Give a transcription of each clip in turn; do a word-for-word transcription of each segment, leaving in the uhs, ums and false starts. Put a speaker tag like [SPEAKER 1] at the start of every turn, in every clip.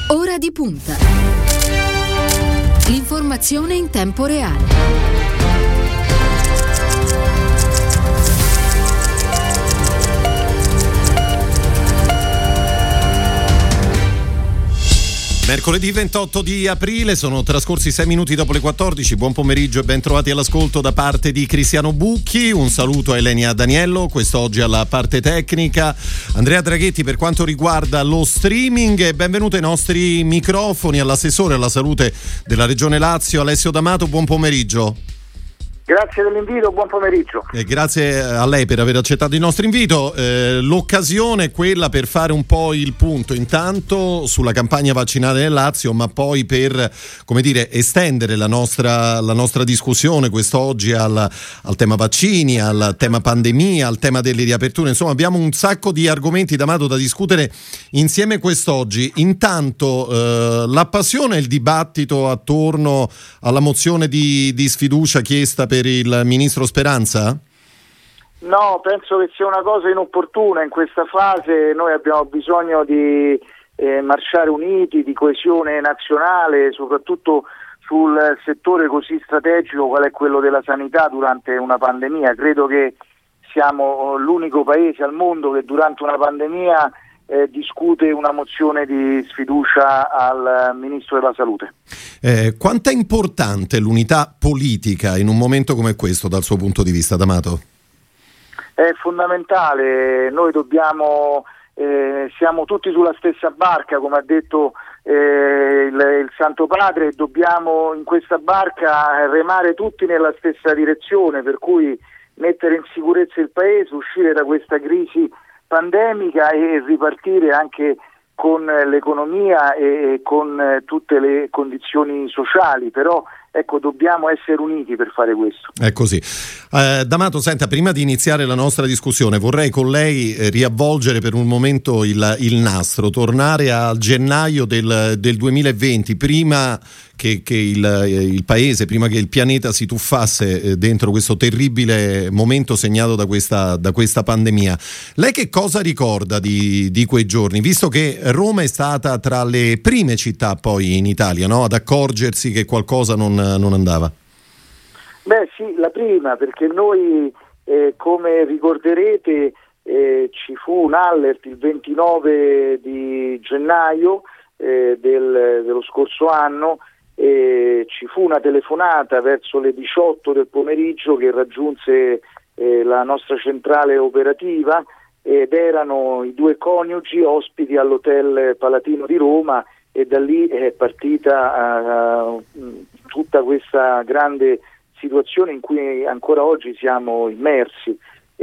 [SPEAKER 1] Ora di punta. L'informazione in tempo reale.
[SPEAKER 2] Mercoledì ventotto di aprile, sono trascorsi sei minuti dopo le quattordici. Buon pomeriggio e ben trovati all'ascolto da parte di Cristiano Bucchi. Un saluto a Elenia Daniello, quest'oggi alla parte tecnica Andrea Draghetti per quanto riguarda lo streaming. E benvenuto ai nostri microfoni all'assessore alla salute della Regione Lazio, Alessio D'Amato. Buon pomeriggio.
[SPEAKER 3] Grazie dell'invito, buon pomeriggio.
[SPEAKER 2] E grazie a lei per aver accettato il nostro invito. Eh, l'occasione è quella per fare un po' il punto, intanto sulla campagna vaccinale nel Lazio, ma poi per, come dire, estendere la nostra, la nostra discussione quest'oggi al, al tema vaccini, al tema pandemia, al tema delle riaperture. Insomma, abbiamo un sacco di argomenti, D'Amato, da discutere insieme quest'oggi. Intanto eh, la passione e il dibattito attorno alla mozione di, di sfiducia chiesta per il ministro Speranza?
[SPEAKER 3] No, penso che sia una cosa inopportuna in questa fase. Noi abbiamo bisogno di eh, marciare uniti, di coesione nazionale, soprattutto sul settore così strategico qual è quello della sanità durante una pandemia. Credo che siamo l'unico paese al mondo che durante una pandemia Eh, discute una mozione di sfiducia al Ministro della Salute.
[SPEAKER 2] Eh, quanto è importante l'unità politica in un momento come questo dal suo punto di vista, D'Amato?
[SPEAKER 3] È fondamentale, noi dobbiamo, eh, siamo tutti sulla stessa barca, come ha detto eh, il, il Santo Padre, dobbiamo in questa barca remare tutti nella stessa direzione, per cui mettere in sicurezza il Paese, uscire da questa crisi pandemica e ripartire anche con l'economia e con tutte le condizioni sociali, però ecco, dobbiamo essere uniti per fare questo.
[SPEAKER 2] È così. Eh, D'Amato, senta, prima di iniziare la nostra discussione vorrei con lei eh, riavvolgere per un momento il, il nastro, tornare al gennaio del, del duemilaventi, prima che, che il, il paese, prima che il pianeta si tuffasse eh, dentro questo terribile momento segnato da questa, da questa pandemia. Lei che cosa ricorda di, di quei giorni, visto che Roma è stata tra le prime città poi in Italia, no? Ad accorgersi che qualcosa non, non andava?
[SPEAKER 3] Beh sì, la prima, perché noi eh, come ricorderete eh, ci fu un allert il ventinove di gennaio eh, del, dello scorso anno. E ci fu una telefonata verso le diciotto del pomeriggio che raggiunse eh, la nostra centrale operativa ed erano i due coniugi ospiti all'Hotel Palatino di Roma, e da lì è partita uh, tutta questa grande situazione in cui ancora oggi siamo immersi.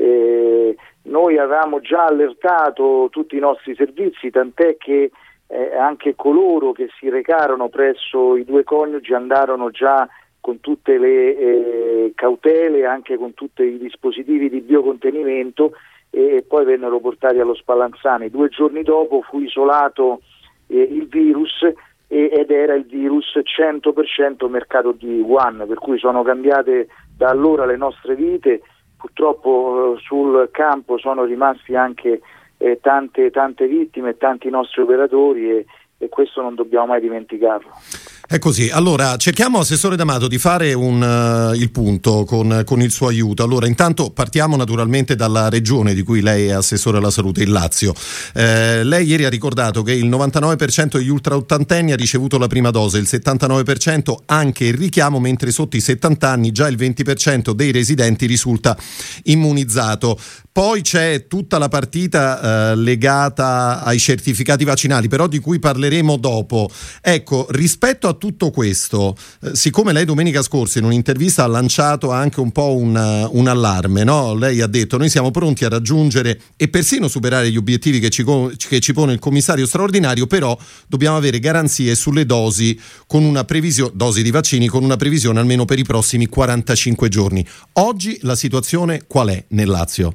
[SPEAKER 3] Eh, noi avevamo già allertato tutti i nostri servizi, tant'è che Eh, anche coloro che si recarono presso i due coniugi andarono già con tutte le eh, cautele, anche con tutti i dispositivi di biocontenimento, e, e poi vennero portati allo Spallanzani. Due giorni dopo fu isolato eh, il virus e, ed era il virus cento per cento mercato di Wuhan, per cui sono cambiate da allora le nostre vite. Purtroppo eh, sul campo sono rimasti anche Eh, tante tante vittime e tanti nostri operatori, e, e questo non dobbiamo mai dimenticarlo.
[SPEAKER 2] È così. Allora cerchiamo, Assessore D'Amato, di fare un, uh, il punto con, con il suo aiuto. Allora intanto partiamo naturalmente dalla regione di cui lei è Assessore alla Salute, il Lazio. Eh, lei ieri ha ricordato che il novantanove per cento degli ultraottantenni ha ricevuto la prima dose, il settantanove per cento anche il richiamo, mentre sotto i settanta anni già il venti per cento dei residenti risulta immunizzato. Poi c'è tutta la partita eh, legata ai certificati vaccinali, però di cui parleremo dopo. Ecco, rispetto a tutto questo, eh, siccome lei domenica scorsa in un'intervista ha lanciato anche un po' un, un allarme, no? Lei ha detto: noi siamo pronti a raggiungere e persino superare gli obiettivi che ci, che ci pone il commissario straordinario, però dobbiamo avere garanzie sulle dosi, con una previsione, dosi di vaccini con una previsione almeno per i prossimi quarantacinque giorni. Oggi la situazione qual è nel Lazio?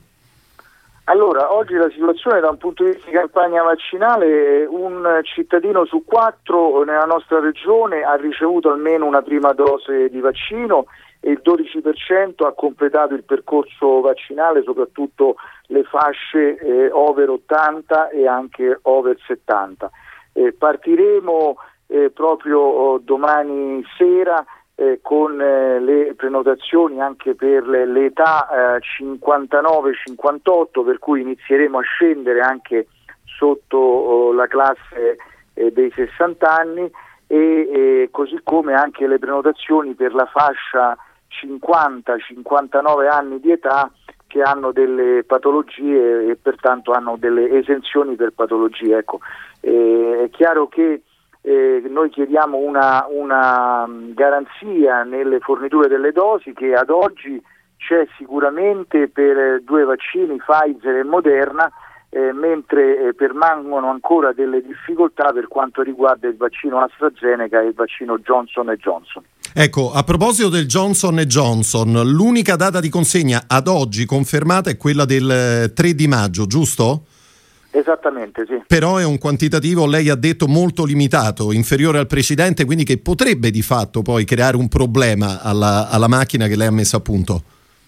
[SPEAKER 3] Allora, oggi la situazione da un punto di vista di campagna vaccinale, un cittadino su quattro nella nostra regione ha ricevuto almeno una prima dose di vaccino e il dodici per cento ha completato il percorso vaccinale, soprattutto le fasce eh, over ottanta e anche over settanta. Eh, partiremo eh, proprio oh, domani sera eh, con eh, le prenotazioni anche per le, le età eh, cinquantanove cinquantotto, per cui inizieremo a scendere anche sotto oh, la classe eh, dei sessanta anni, e eh, così come anche le prenotazioni per la fascia cinquanta cinquantanove anni di età che hanno delle patologie e pertanto hanno delle esenzioni per patologie. Ecco, eh, è chiaro che eh, noi chiediamo una, una garanzia nelle forniture delle dosi, che ad oggi c'è sicuramente per due vaccini, Pfizer e Moderna, Eh, mentre eh, permangono ancora delle difficoltà per quanto riguarda il vaccino AstraZeneca e il vaccino Johnson and Johnson.
[SPEAKER 2] Ecco, a proposito del Johnson and Johnson, l'unica data di consegna ad oggi confermata è quella del tre di maggio, giusto?
[SPEAKER 3] Esattamente, sì.
[SPEAKER 2] Però è un quantitativo, lei ha detto, molto limitato, inferiore al precedente, quindi che potrebbe di fatto poi creare un problema alla, alla macchina che lei ha messo a punto.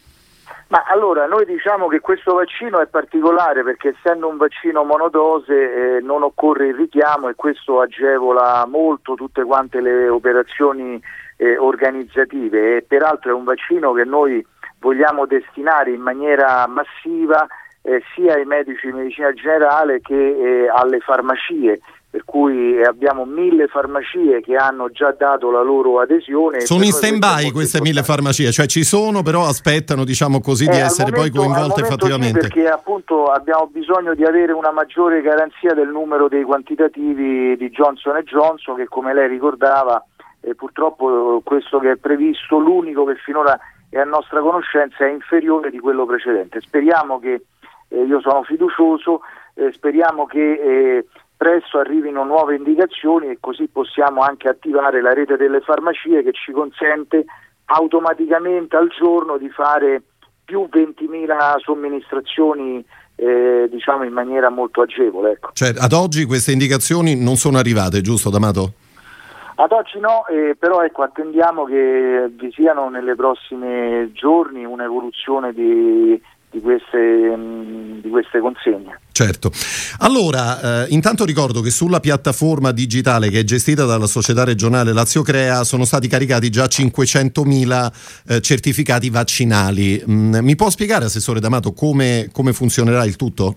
[SPEAKER 3] Ma allora, noi diciamo che questo vaccino è particolare perché, essendo un vaccino monodose, eh, non occorre il richiamo, e questo agevola molto tutte quante le operazioni eh, organizzative, e peraltro è un vaccino che noi vogliamo destinare in maniera massiva eh, sia ai medici di medicina generale che eh, alle farmacie, per cui abbiamo mille farmacie che hanno già dato la loro adesione.
[SPEAKER 2] Sono in stand-by queste mille farmacie, cioè ci sono, però aspettano, diciamo così, di
[SPEAKER 3] eh,
[SPEAKER 2] essere
[SPEAKER 3] momento,
[SPEAKER 2] poi coinvolte effettivamente.
[SPEAKER 3] Sì, perché appunto abbiamo bisogno di avere una maggiore garanzia del numero dei quantitativi di Johnson and Johnson, che, come lei ricordava, eh, purtroppo questo che è previsto, l'unico che finora è a nostra conoscenza, è inferiore di quello precedente. Speriamo che, eh, io sono fiducioso, eh, speriamo che eh, presto arrivino nuove indicazioni, e così possiamo anche attivare la rete delle farmacie, che ci consente automaticamente al giorno di fare più ventimila somministrazioni eh, diciamo in maniera molto agevole. Ecco.
[SPEAKER 2] Cioè, ad oggi queste indicazioni non sono arrivate, giusto D'Amato?
[SPEAKER 3] Ad oggi no, eh, però ecco, attendiamo che vi siano nelle prossime giorni un'evoluzione di, di, queste, mh, di queste consegne.
[SPEAKER 2] Certo. Allora, eh, intanto ricordo che sulla piattaforma digitale che è gestita dalla società regionale Lazio Crea sono stati caricati già cinquecentomila eh, certificati vaccinali. Mm, mi può spiegare, Assessore D'Amato, come, come funzionerà il tutto?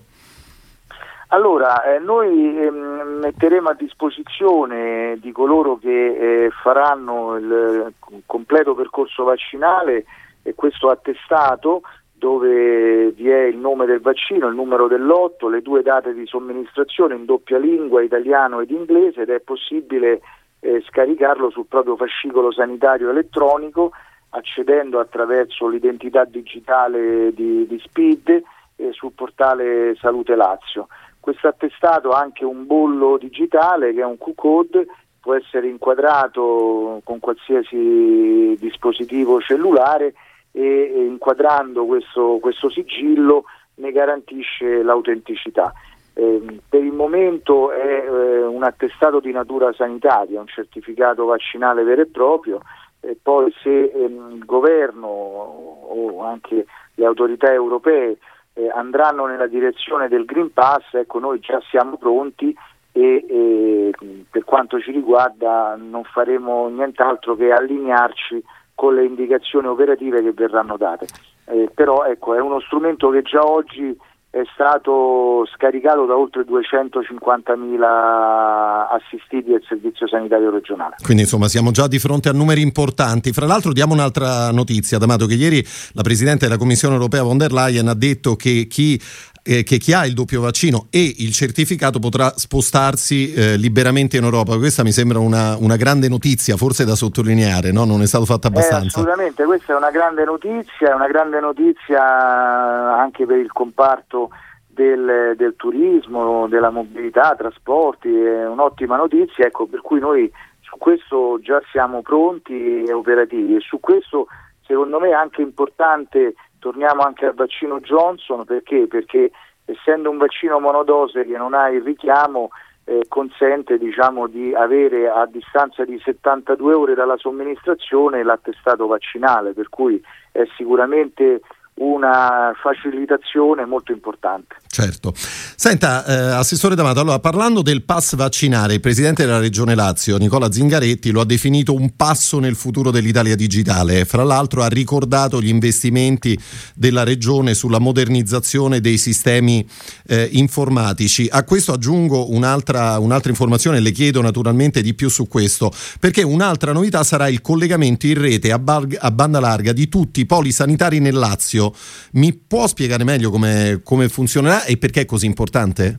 [SPEAKER 3] Allora, eh, noi ehm, metteremo a disposizione di coloro che eh, faranno il completo percorso vaccinale e questo attestato, dove vi è il nome del vaccino, il numero del lotto, le due date di somministrazione in doppia lingua, italiano ed inglese, ed è possibile eh, scaricarlo sul proprio fascicolo sanitario elettronico, accedendo attraverso l'identità digitale di, di SPID eh, sul portale Salute Lazio. Questo attestato ha anche un bollo digitale che è un Q-code, può essere inquadrato con qualsiasi dispositivo cellulare, e inquadrando questo, questo sigillo ne garantisce l'autenticità. Eh, per il momento è eh, un attestato di natura sanitaria, un certificato vaccinale vero e proprio, e poi se ehm, il governo o anche le autorità europee eh, andranno nella direzione del Green Pass, ecco, noi già siamo pronti e, e per quanto ci riguarda non faremo nient'altro che allinearci con le indicazioni operative che verranno date. Eh, però ecco, è uno strumento che già oggi è stato scaricato da oltre duecentocinquantamila assistiti del Servizio Sanitario Regionale.
[SPEAKER 2] Quindi insomma siamo già di fronte a numeri importanti. Fra l'altro diamo un'altra notizia, D'Amato, che ieri la Presidente della Commissione Europea von der Leyen ha detto che chi Eh, che chi ha il doppio vaccino e il certificato potrà spostarsi eh, liberamente in Europa. Questa mi sembra una, una grande notizia, forse da sottolineare, no? Non è stato fatto abbastanza.
[SPEAKER 3] Eh, assolutamente, questa è una grande notizia, è una grande notizia anche per il comparto del, del turismo, della mobilità, trasporti, è un'ottima notizia, ecco, per cui noi su questo già siamo pronti e operativi, e su questo secondo me è anche importante. Torniamo anche al vaccino Johnson, perché? Perché essendo un vaccino monodose che non ha il richiamo, eh, consente diciamo di avere a distanza di settantadue ore dalla somministrazione l'attestato vaccinale, per cui è sicuramente una facilitazione molto importante.
[SPEAKER 2] Certo. Senta, eh, Assessore D'Amato, allora parlando del pass vaccinale, il Presidente della Regione Lazio, Nicola Zingaretti, lo ha definito un passo nel futuro dell'Italia digitale. Fra l'altro ha ricordato gli investimenti della Regione sulla modernizzazione dei sistemi eh, informatici. A questo aggiungo un'altra, un'altra informazione, le chiedo naturalmente di più su questo, perché un'altra novità sarà il collegamento in rete a, bar- a banda larga di tutti i poli sanitari nel Lazio. Mi può spiegare meglio come, come funzionerà e perché è così importante?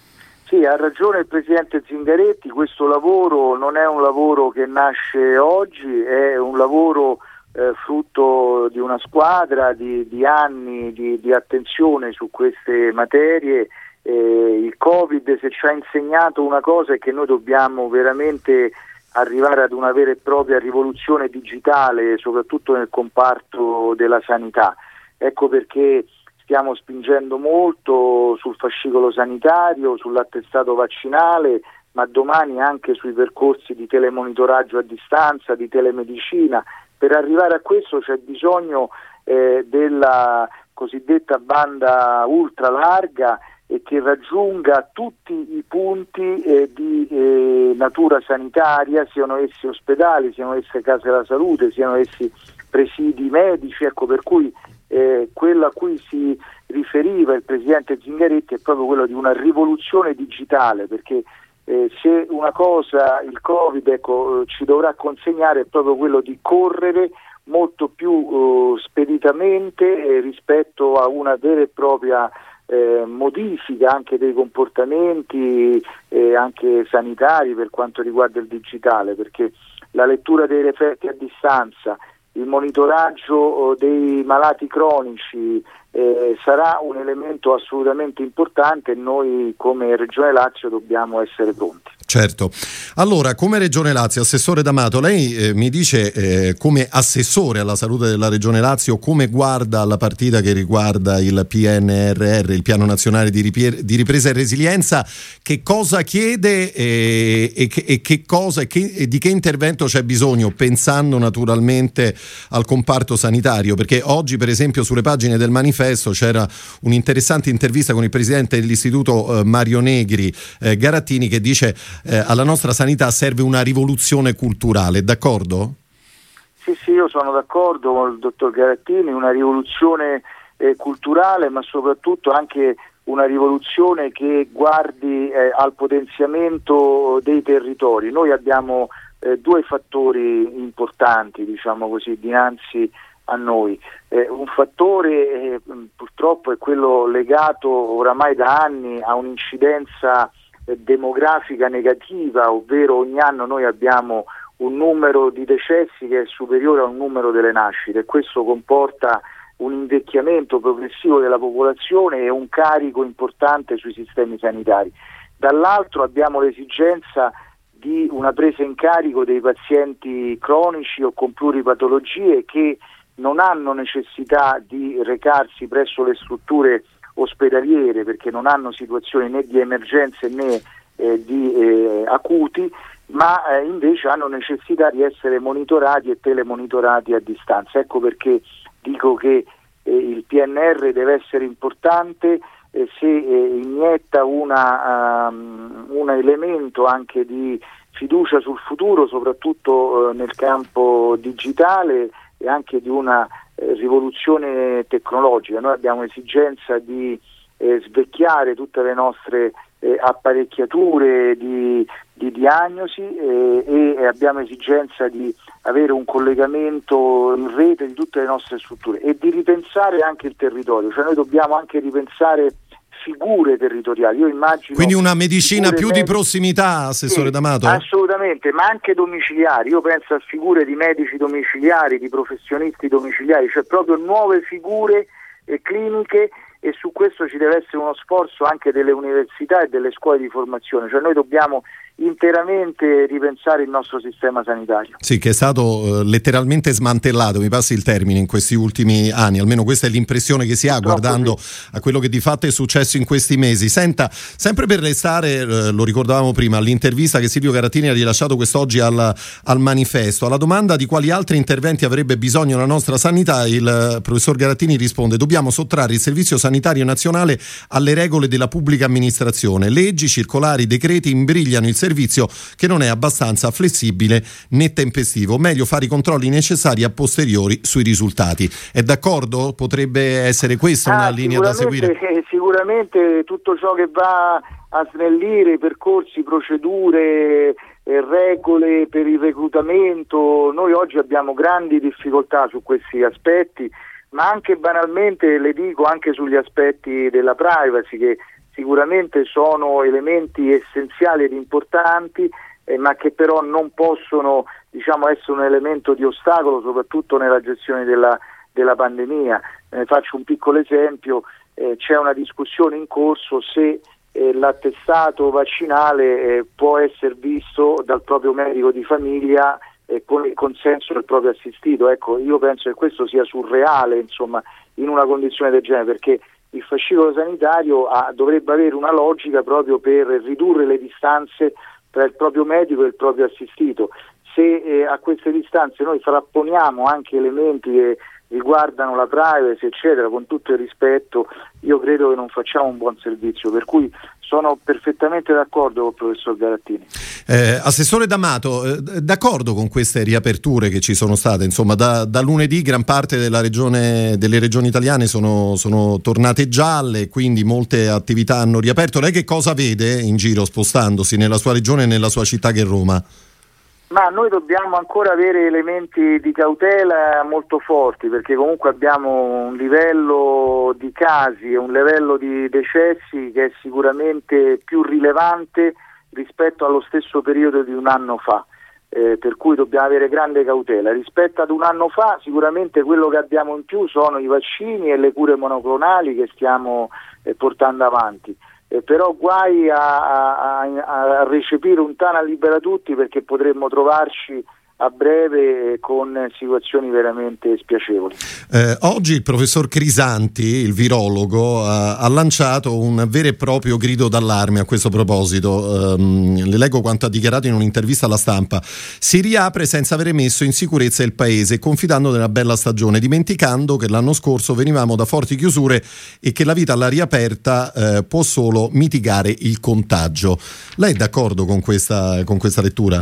[SPEAKER 3] Sì, ha ragione il Presidente Zingaretti, questo lavoro non è un lavoro che nasce oggi, è un lavoro eh, frutto di una squadra, di, di anni di, di attenzione su queste materie. Eh, il Covid, se ci ha insegnato una cosa, è che noi dobbiamo veramente arrivare ad una vera e propria rivoluzione digitale, soprattutto nel comparto della sanità. Ecco perché stiamo spingendo molto sul fascicolo sanitario, sull'attestato vaccinale, ma domani anche sui percorsi di telemonitoraggio a distanza, di telemedicina. Per arrivare a questo c'è bisogno eh, della cosiddetta banda ultra larga e che raggiunga tutti i punti eh, di eh, natura sanitaria, siano essi ospedali, siano esse case della salute, siano essi presidi medici. Ecco per cui eh, quello a cui si riferiva il Presidente Zingaretti è proprio quello di una rivoluzione digitale, perché eh, se una cosa il Covid ecco, ci dovrà consegnare è proprio quello di correre molto più uh, speditamente eh, rispetto a una vera e propria Eh, modifica anche dei comportamenti eh, anche sanitari per quanto riguarda il digitale, perché la lettura dei referti a distanza, il monitoraggio dei malati cronici eh, sarà un elemento assolutamente importante e noi come Regione Lazio dobbiamo essere pronti.
[SPEAKER 2] Certo. Allora, come Regione Lazio, Assessore D'Amato, lei eh, mi dice eh, come Assessore alla Salute della Regione Lazio come guarda la partita che riguarda il P N R R, il Piano Nazionale di, Ripier- di Ripresa e Resilienza, che cosa chiede eh, e, che, e che cosa e, che, e di che intervento c'è bisogno, pensando naturalmente al comparto sanitario, perché oggi per esempio sulle pagine del manifesto c'era un'interessante intervista con il Presidente dell'Istituto eh, Mario Negri eh, Garattini, che dice Eh, alla nostra sanità serve una rivoluzione culturale, d'accordo?
[SPEAKER 3] Sì, sì, io sono d'accordo con il dottor Garattini, una rivoluzione eh, culturale, ma soprattutto anche una rivoluzione che guardi eh, al potenziamento dei territori. Noi abbiamo eh, due fattori importanti, diciamo così, dinanzi a noi. Eh, un fattore eh, purtroppo è quello legato oramai da anni a un'incidenza demografica negativa, ovvero ogni anno noi abbiamo un numero di decessi che è superiore a un numero delle nascite e questo comporta un invecchiamento progressivo della popolazione e un carico importante sui sistemi sanitari. Dall'altro abbiamo l'esigenza di una presa in carico dei pazienti cronici o con pluripatologie che non hanno necessità di recarsi presso le strutture ospedaliere perché non hanno situazioni né di emergenze né eh, di eh, acuti, ma eh, invece hanno necessità di essere monitorati e telemonitorati a distanza. Ecco perché dico che eh, il P N R deve essere importante eh, se eh, inietta una, um, un elemento anche di fiducia sul futuro, soprattutto eh, nel campo digitale e anche di una eh, rivoluzione tecnologica. Noi abbiamo esigenza di eh, svecchiare tutte le nostre eh, apparecchiature di, di diagnosi eh, e abbiamo esigenza di avere un collegamento in rete di tutte le nostre strutture e di ripensare anche il territorio, cioè noi dobbiamo anche ripensare figure territoriali. Io immagino
[SPEAKER 2] quindi una medicina più medici, di prossimità, Assessore
[SPEAKER 3] sì,
[SPEAKER 2] D'Amato?
[SPEAKER 3] Assolutamente, ma anche domiciliari. Io penso a figure di medici domiciliari, di professionisti domiciliari, cioè proprio nuove figure eh, cliniche, e su questo ci deve essere uno sforzo anche delle università e delle scuole di formazione. Cioè noi dobbiamo interamente ripensare il nostro sistema sanitario.
[SPEAKER 2] Sì, che è stato eh, letteralmente smantellato, mi passi il termine, in questi ultimi anni, almeno questa è l'impressione che si ha Purtroppo guardando sì. a quello che di fatto è successo in questi mesi. Senta, sempre per restare, eh, lo ricordavamo prima, all'intervista che Silvio Carattini ha rilasciato quest'oggi al, al Manifesto, alla domanda di quali altri interventi avrebbe bisogno la nostra sanità, il eh, professor Carattini risponde: dobbiamo sottrarre il Servizio Sanitario Nazionale alle regole della pubblica amministrazione, leggi, circolari, decreti imbrigliano il servizio che non è abbastanza flessibile né tempestivo, meglio fare i controlli necessari a posteriori sui risultati. È d'accordo? Potrebbe essere questa una
[SPEAKER 3] ah,
[SPEAKER 2] linea da seguire?
[SPEAKER 3] Sicuramente tutto ciò che va a snellire i percorsi, procedure, eh, regole per il reclutamento. Noi oggi abbiamo grandi difficoltà su questi aspetti, ma anche banalmente, le dico, anche sugli aspetti della privacy, che sicuramente sono elementi essenziali ed importanti, eh, ma che però non possono, diciamo, essere un elemento di ostacolo, soprattutto nella gestione della, della pandemia. Eh, faccio un piccolo esempio, eh, c'è una discussione in corso se eh, l'attestato vaccinale eh, può essere visto dal proprio medico di famiglia eh, con il consenso del proprio assistito. Ecco, io penso che questo sia surreale, insomma, in una condizione del genere, perché il fascicolo sanitario ha, dovrebbe avere una logica proprio per ridurre le distanze tra il proprio medico e il proprio assistito. Se eh, a queste distanze noi frapponiamo anche elementi che riguardano la privacy, eccetera, con tutto il rispetto, io credo che non facciamo un buon servizio, per cui sono perfettamente d'accordo con il professor Carattini.
[SPEAKER 2] Eh, Assessore D'Amato, eh, d'accordo con queste riaperture che ci sono state? Insomma, da, da lunedì gran parte della regione, delle regioni italiane sono, sono tornate gialle, quindi molte attività hanno riaperto. Lei che cosa vede in giro spostandosi nella sua regione e nella sua città che è Roma?
[SPEAKER 3] Ma noi dobbiamo ancora avere elementi di cautela molto forti, perché comunque abbiamo un livello di casi e un livello di decessi che è sicuramente più rilevante rispetto allo stesso periodo di un anno fa, eh, per cui dobbiamo avere grande cautela. Rispetto ad un anno fa sicuramente quello che abbiamo in più sono i vaccini e le cure monoclonali che stiamo eh, portando avanti. Eh, però guai a, a, a recepire un Tana libera tutti, perché potremmo trovarci a breve con situazioni veramente spiacevoli.
[SPEAKER 2] Eh, oggi il professor Crisanti, il virologo, ha, ha lanciato un vero e proprio grido d'allarme a questo proposito. Um, le leggo quanto ha dichiarato in un'intervista alla Stampa: si riapre senza avere messo in sicurezza il paese, confidando nella bella stagione, dimenticando che l'anno scorso venivamo da forti chiusure e che la vita alla riaperta eh, può solo mitigare il contagio. Lei è d'accordo con questa, con questa lettura?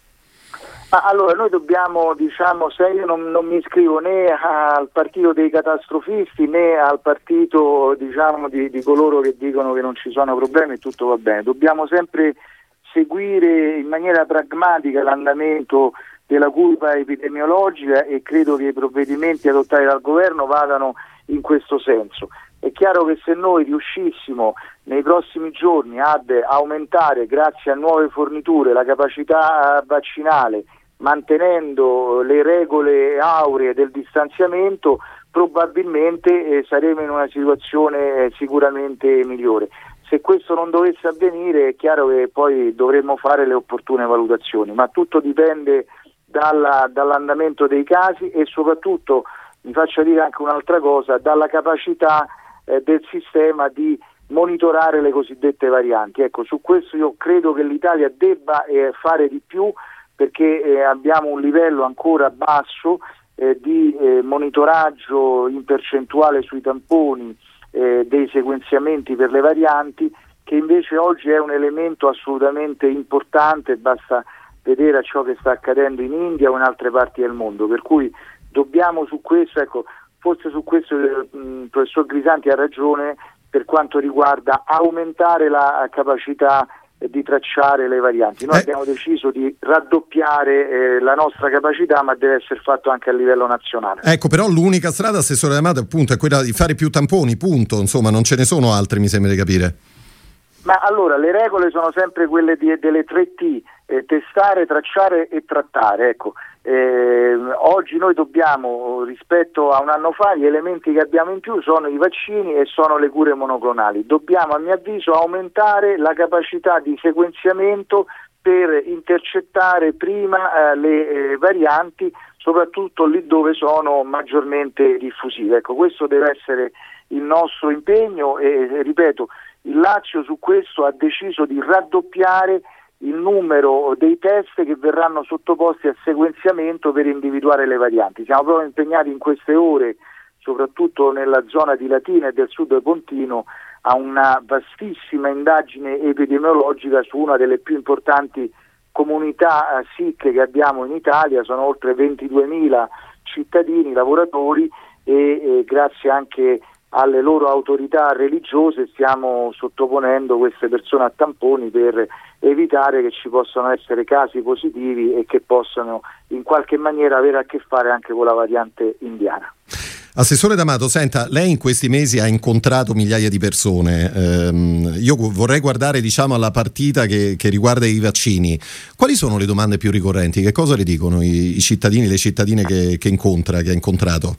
[SPEAKER 3] Ma allora noi dobbiamo, diciamo, se io non, non mi iscrivo né al partito dei catastrofisti né al partito, diciamo, di, di coloro che dicono che non ci sono problemi e tutto va bene, dobbiamo sempre seguire in maniera pragmatica l'andamento della curva epidemiologica e credo che i provvedimenti adottati dal governo vadano in questo senso. È chiaro che se noi riuscissimo nei prossimi giorni ad aumentare, grazie a nuove forniture, la capacità vaccinale, mantenendo le regole auree del distanziamento, probabilmente eh, saremo in una situazione eh, sicuramente migliore. Se questo non dovesse avvenire è chiaro che poi dovremmo fare le opportune valutazioni, ma tutto dipende dalla, dall'andamento dei casi e soprattutto, mi faccia dire anche un'altra cosa, dalla capacità eh, del sistema di monitorare le cosiddette varianti. Ecco, su questo io credo che l'Italia debba eh, fare di più, perché eh, abbiamo un livello ancora basso eh, di eh, monitoraggio in percentuale sui tamponi eh, dei sequenziamenti per le varianti, che invece oggi è un elemento assolutamente importante, basta vedere a ciò che sta accadendo in India o in altre parti del mondo, per cui dobbiamo su questo, ecco, forse su questo il eh, professor Crisanti ha ragione per quanto riguarda aumentare la capacità di tracciare le varianti. Noi eh. abbiamo deciso di raddoppiare eh, la nostra capacità, ma deve essere fatto anche a livello nazionale.
[SPEAKER 2] Ecco, però l'unica strada, Assessore D'Amato, appunto, è quella di fare più tamponi, punto. Insomma, non ce ne sono altre, mi sembra di capire.
[SPEAKER 3] Ma allora, le regole sono sempre quelle di, delle tre T, eh, testare, tracciare e trattare. Ecco, eh, oggi noi dobbiamo, rispetto a un anno fa, gli elementi che abbiamo in più sono i vaccini e sono le cure monoclonali. Dobbiamo, a mio avviso, aumentare la capacità di sequenziamento per intercettare prima eh, le eh, varianti, soprattutto lì dove sono maggiormente diffusive. Ecco, questo deve essere il nostro impegno e, e ripeto, il Lazio su questo ha deciso di raddoppiare il numero dei test che verranno sottoposti a sequenziamento per individuare le varianti. Siamo proprio impegnati in queste ore, soprattutto nella zona di Latina e del sud Pontino, a una vastissima indagine epidemiologica su una delle più importanti comunità S I C che abbiamo in Italia. Sono oltre ventiduemila cittadini, lavoratori e, e grazie anche alle loro autorità religiose stiamo sottoponendo queste persone a tamponi per evitare che ci possano essere casi positivi e che possano in qualche maniera avere a che fare anche con la variante indiana.
[SPEAKER 2] Assessore D'Amato, senta, lei in questi mesi ha incontrato migliaia di persone, ehm, io vorrei guardare diciamo alla partita che, che riguarda i vaccini. Quali sono le domande più ricorrenti? Che cosa le dicono i, i cittadini, le cittadine che, che incontra, che ha incontrato?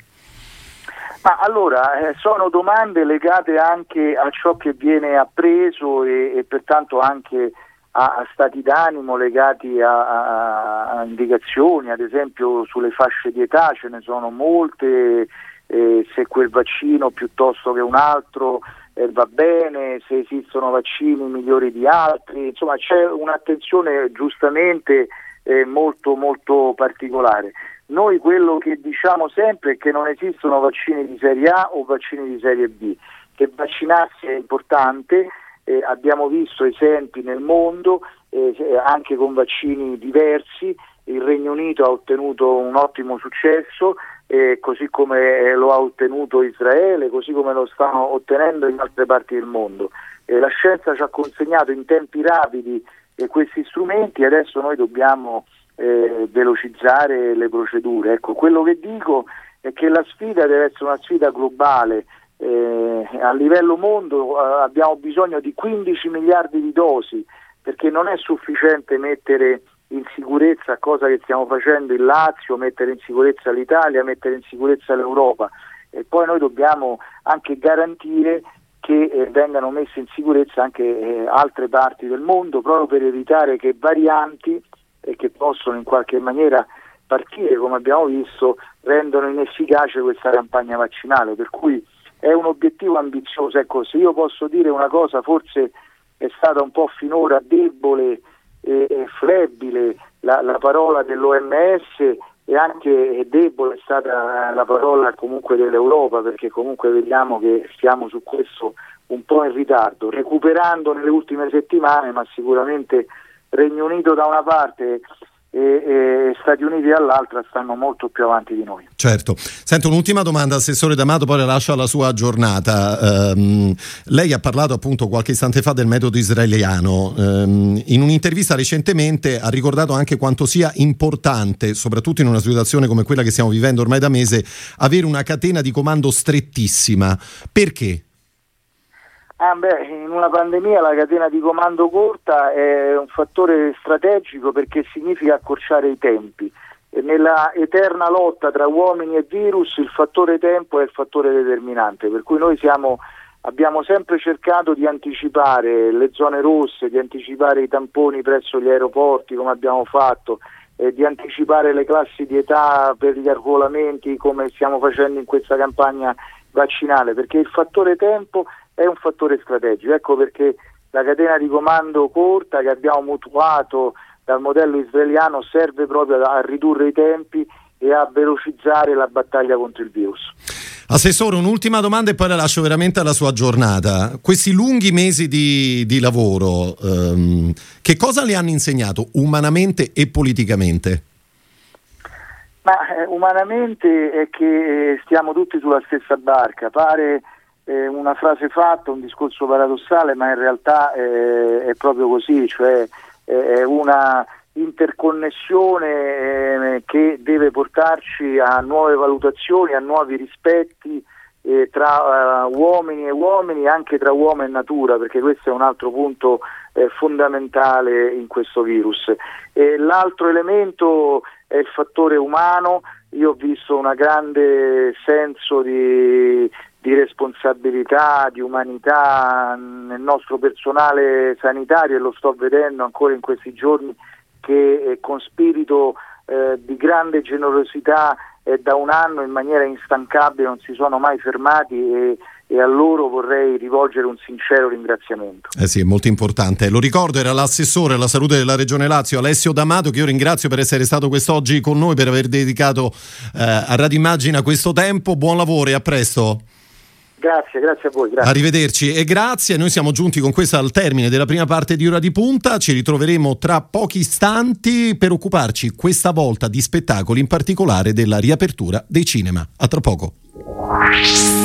[SPEAKER 3] Ma allora, eh, sono domande legate anche a ciò che viene appreso e, e pertanto anche a, a stati d'animo legati a, a, a indicazioni, ad esempio sulle fasce di età ce ne sono molte, eh, se quel vaccino piuttosto che un altro eh, va bene, se esistono vaccini migliori di altri, insomma c'è un'attenzione giustamente eh, molto molto particolare. Noi quello che diciamo sempre è che non esistono vaccini di serie A o vaccini di serie B, che vaccinarsi è importante, eh, abbiamo visto esempi nel mondo eh, anche con vaccini diversi, il Regno Unito ha ottenuto un ottimo successo, eh, così come lo ha ottenuto Israele, così come lo stanno ottenendo in altre parti del mondo. Eh, la scienza ci ha consegnato in tempi rapidi eh, questi strumenti e adesso noi dobbiamo Eh, velocizzare le procedure. Ecco, quello che dico è che la sfida deve essere una sfida globale. Eh, a livello mondo eh, abbiamo bisogno di quindici miliardi di dosi, perché non è sufficiente mettere in sicurezza, cosa che stiamo facendo in Lazio, mettere in sicurezza l'Italia, mettere in sicurezza l'Europa, e poi noi dobbiamo anche garantire che eh, vengano messe in sicurezza anche eh, altre parti del mondo, proprio per evitare che varianti e che possono in qualche maniera partire, come abbiamo visto, rendono inefficace questa campagna vaccinale, per cui è un obiettivo ambizioso. Ecco, se io posso dire una cosa, forse è stata un po' finora debole e, e flebile la, la parola dell'O M S e anche debole è stata la parola comunque dell'Europa, perché comunque vediamo che siamo su questo un po' in ritardo, recuperando nelle ultime settimane, ma sicuramente Regno Unito da una parte e, e Stati Uniti dall'altra stanno molto più avanti di noi.
[SPEAKER 2] Certo. Sento un'ultima domanda, Assessore D'Amato, poi la lascio alla sua giornata. Um, lei ha parlato appunto qualche istante fa del metodo israeliano. Um, in un'intervista recentemente ha ricordato anche quanto sia importante, soprattutto in una situazione come quella che stiamo vivendo ormai da mese, avere una catena di comando strettissima. Perché?
[SPEAKER 3] Ah beh, in una pandemia la catena di comando corta è un fattore strategico perché significa accorciare i tempi. E nella eterna lotta tra uomini e virus il fattore tempo è il fattore determinante, per cui noi siamo, abbiamo sempre cercato di anticipare le zone rosse, di anticipare i tamponi presso gli aeroporti come abbiamo fatto, eh, di anticipare le classi di età per gli arruolamenti come stiamo facendo in questa campagna vaccinale, perché il fattore tempo è un fattore strategico. Ecco perché la catena di comando corta che abbiamo mutuato dal modello israeliano serve proprio a ridurre i tempi e a velocizzare la battaglia contro il virus.
[SPEAKER 2] Assessore, un'ultima domanda e poi la lascio veramente alla sua giornata. Questi lunghi mesi di, di lavoro, ehm, che cosa le hanno insegnato umanamente e politicamente?
[SPEAKER 3] Ma eh, umanamente è che stiamo tutti sulla stessa barca. Pare eh, una frase fatta, un discorso paradossale, ma in realtà eh, è proprio così, cioè eh, è una interconnessione eh, che deve portarci a nuove valutazioni, a nuovi rispetti eh, tra uh, uomini e uomini, anche tra uomo e natura, perché questo è un altro punto eh, fondamentale in questo virus. E l'altro elemento è il fattore umano. Io ho visto un grande senso di, di responsabilità, di umanità nel nostro personale sanitario, e lo sto vedendo ancora in questi giorni, che eh, con spirito eh, di grande generosità e da un anno in maniera instancabile non si sono mai fermati, e, e a loro vorrei rivolgere un sincero ringraziamento.
[SPEAKER 2] Eh sì, è molto importante. Lo ricordo, era l'assessore alla salute della Regione Lazio, Alessio D'Amato, che io ringrazio per essere stato quest'oggi con noi, per aver dedicato eh, a Radio Immagina questo tempo. Buon lavoro e a presto.
[SPEAKER 3] Grazie, grazie a voi. Grazie.
[SPEAKER 2] Arrivederci e grazie. Noi siamo giunti con questo al termine della prima parte di Ora di Punta. Ci ritroveremo tra pochi istanti per occuparci questa volta di spettacoli, in particolare della riapertura dei cinema. A tra poco.